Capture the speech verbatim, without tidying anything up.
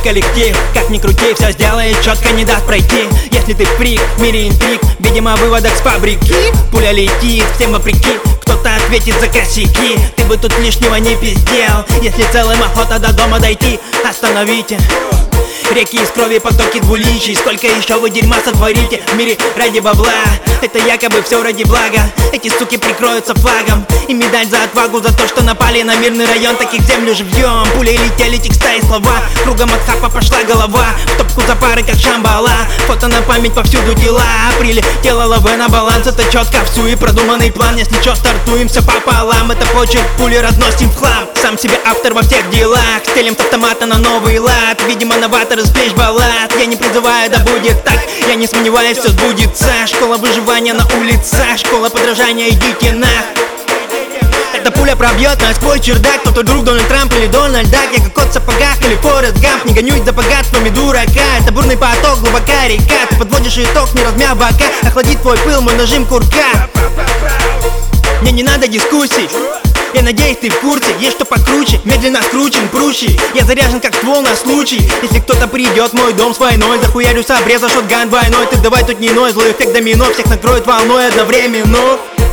коллектив, как ни крути, все сделает четко, не даст пройти. Если ты фрик, в мире интриг, видимо выводок с фабрики. Пуля летит, всем вопреки, кто-то ответит за косяки. Ты бы тут лишнего не пиздел, если целым охота до дома дойти. Остановите реки из крови, потоки двуличий. Сколько еще вы дерьма сотворите в мире ради бабла? Это якобы все ради блага. Эти суки прикроются флагом и медаль за отвагу, за то, что напали на мирный район. Таких землю живьем. Пулей летели текста и слова, кругом от хапа пошла голова. В топку за пары, как Шамбала. Фото на память, повсюду дела. Апреле тело лавы на баланс. Это четко в суе продуманный план. Если чё, стартуем все пополам. Это почерк, пули разносим в хлам. Сам себе автор во всех делах. Стелим с автомата на новый лад. Видимо, новатор из плеч баллад. Я не призываю, да будет так. Я не сомневаюсь, все сбудется. Школа выживания на улицах, школа подражания, идите на. Эта пуля пробьет насквозь чердак. Кто-то друг Дональд Трамп или Дональд Дак. Я как кот в сапогах или Форест Гамп. Не гонюсь за богатствами дурака. Это бурный поток, глубока река. Ты подводишь итог, не размяв бока. Охладит твой пыл, мой нажим курка. Мне не надо дискуссий, я надеюсь, ты в курсе, есть что покруче. Медленно скручен прущий, я заряжен как ствол на случай. Если кто-то придет в мой дом с войной, захуярю с обреза шотган двойной. Ты давай тут не ной, злой эффект домино всех накроет волной одновременно.